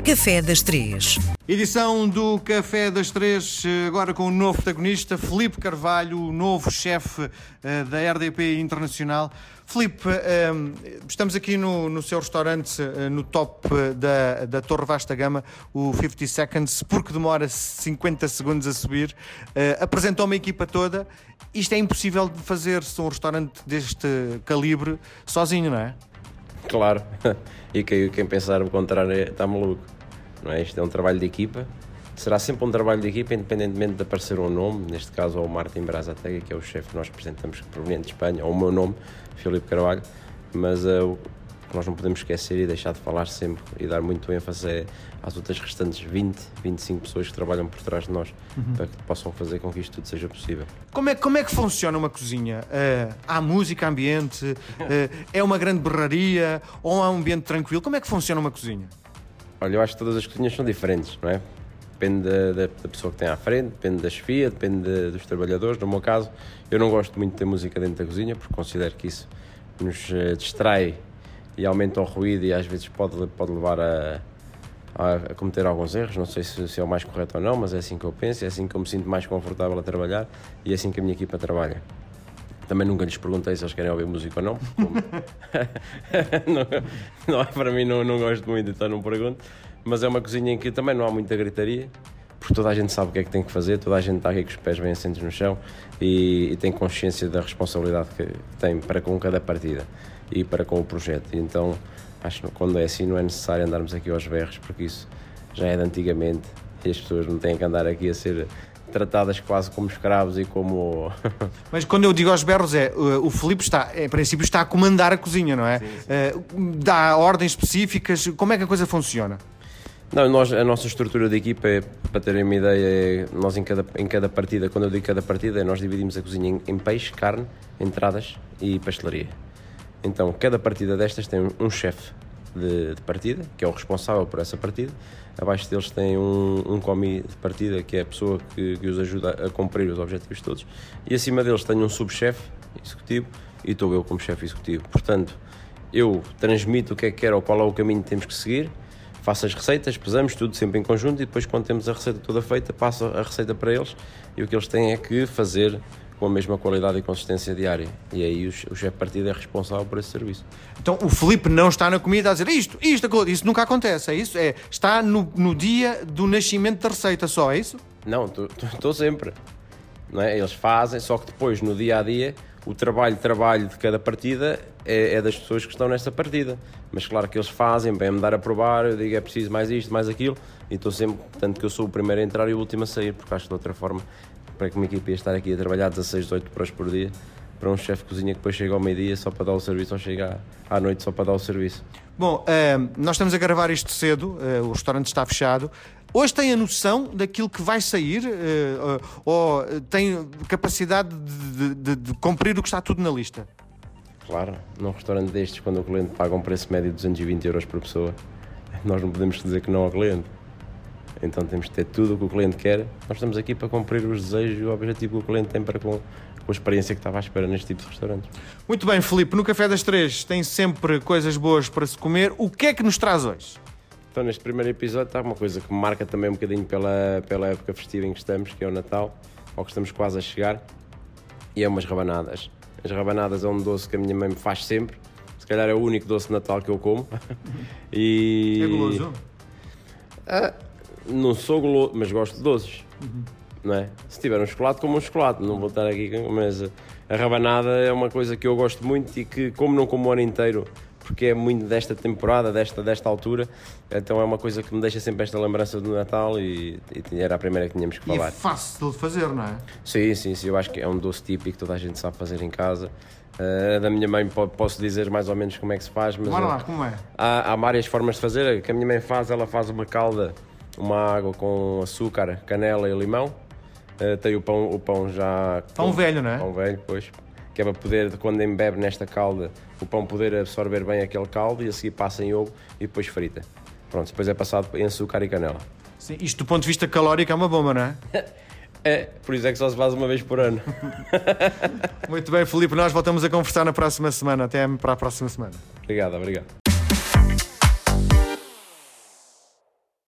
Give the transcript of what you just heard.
Café das Três. Edição do Café das Três, agora com um novo protagonista, Filipe Carvalho, o novo chefe da RDP Internacional. Filipe, estamos aqui no seu restaurante, no top da Torre Vasta Gama, o 50 Seconds, porque demora 50 segundos a subir. Apresentou uma equipa toda. Isto é impossível de fazer-se um restaurante deste calibre sozinho, não é? Claro, e quem pensar o contrário está maluco. Não é? Isto é um trabalho de equipa, será sempre um trabalho de equipa, independentemente de aparecer um nome, neste caso é o Martin Brazatega, que é o chefe que nós apresentamos, proveniente de Espanha, ou o meu nome, Filipe Carvalho, mas o que nós não podemos esquecer e deixar de falar sempre e dar muito ênfase às outras restantes 20, 25 pessoas que trabalham por trás de nós, para que possam fazer com que isto tudo seja possível. Como é que funciona uma cozinha? Há música, ambiente, é uma grande berraria ou há um ambiente tranquilo? Como é que funciona uma cozinha? Olha, eu acho que todas as cozinhas são diferentes, não é? Depende da pessoa que tem à frente, depende da chefia, depende dos trabalhadores. No meu caso, eu não gosto muito de ter música dentro da cozinha, porque considero que isso nos distrai e aumenta o ruído e às vezes pode levar a cometer alguns erros. Não sei se é o mais correto ou não, mas é assim que eu penso, é assim que eu me sinto mais confortável a trabalhar e é assim que a minha equipa trabalha. Também nunca lhes perguntei se eles querem ouvir música ou não, não, para mim não gosto muito, então não pergunto, mas é uma cozinha em que também não há muita gritaria, porque toda a gente sabe o que é que tem que fazer, toda a gente está aqui com os pés bem assentos no chão e tem consciência da responsabilidade que tem para com cada partida e para com o projeto, e então acho que quando é assim não é necessário andarmos aqui aos berros, porque isso já é de antigamente e as pessoas não têm que andar aqui a ser tratadas quase como escravos e como... Mas quando eu digo aos berros o Filipe em princípio está a comandar a cozinha, não é? Sim. Dá ordens específicas, como é que a coisa funciona? Não, a nossa estrutura de equipa, para terem uma ideia, nós em cada partida, quando eu digo cada partida, nós dividimos a cozinha em peixe, carne, entradas e pastelaria. Então, cada partida destas tem um chefe de partida, que é o responsável por essa partida. Abaixo deles tem um comi de partida, que é a pessoa que os ajuda a cumprir os objetivos todos. E acima deles tem um subchefe executivo e estou eu como chefe executivo. Portanto, eu transmito o que é que quero ou qual é o caminho que temos que seguir, faço as receitas, pesamos tudo sempre em conjunto e depois, quando temos a receita toda feita, passo a receita para eles e o que eles têm é que fazer com a mesma qualidade e consistência diária. E aí o chefe de partida é responsável por esse serviço. Então o Filipe não está na comida a dizer isto, isso nunca acontece, é isso? Está no dia do nascimento da receita só, é isso? Não, estou sempre. Não é? Eles fazem, só que depois no dia-a-dia o trabalho de cada partida é das pessoas que estão nesta partida. Mas claro que eles fazem, bem-me dar a provar, eu digo é preciso mais isto, mais aquilo, e estou sempre, tanto que eu sou o primeiro a entrar e o último a sair, porque acho que de outra forma, para que uma equipe ia estar aqui a trabalhar 16, 18 horas por dia, para um chefe de cozinha que depois chega ao meio-dia só para dar o serviço ou chega à noite só para dar o serviço. Bom, nós estamos a gravar isto cedo, o restaurante está fechado. Hoje tem a noção daquilo que vai sair ou tem capacidade de cumprir o que está tudo na lista? Claro, num restaurante destes, quando o cliente paga um preço médio de 220 euros por pessoa, nós não podemos dizer que não ao cliente. Então temos que ter tudo o que o cliente quer. Nós estamos aqui para cumprir os desejos e o objetivo que o cliente tem para com a experiência que estava à espera neste tipo de restaurantes. Muito bem, Filipe, no Café das Três tem sempre coisas boas para se comer. O que é que nos traz hoje? Então, neste primeiro episódio está uma coisa que me marca também um bocadinho pela época festiva em que estamos, que é o Natal, ao que estamos quase a chegar, e é umas rabanadas. As rabanadas é um doce que a minha mãe me faz sempre, se calhar é o único doce de Natal que eu como. E... É goloso? Não sou goloso, mas gosto de doces. Não é? Se tiver um chocolate, como um chocolate, não vou estar aqui, mas a rabanada é uma coisa que eu gosto muito e que como não como o ano inteiro, porque é muito desta temporada, desta altura, então é uma coisa que me deixa sempre esta lembrança do Natal e era a primeira que tínhamos que falar. E é fácil de fazer, não é? Sim, eu acho que é um doce típico que toda a gente sabe fazer em casa. Da minha mãe posso dizer mais ou menos como é que se faz, mas lá, como é? Há várias formas de fazer. Que a minha mãe faz, ela faz uma calda, uma água com açúcar, canela e limão. Tem o pão já... Pão velho, não é? Pão velho, pois. Que é para poder, quando embebe nesta calda, o pão poder absorver bem aquele caldo e a seguir passa em ovo e depois frita. Pronto, depois é passado em açúcar e canela. Sim, isto do ponto de vista calórico é uma bomba, não é? É, por isso é que só se faz uma vez por ano. Muito bem, Filipe, nós voltamos a conversar na próxima semana. Até para a próxima semana. Obrigado.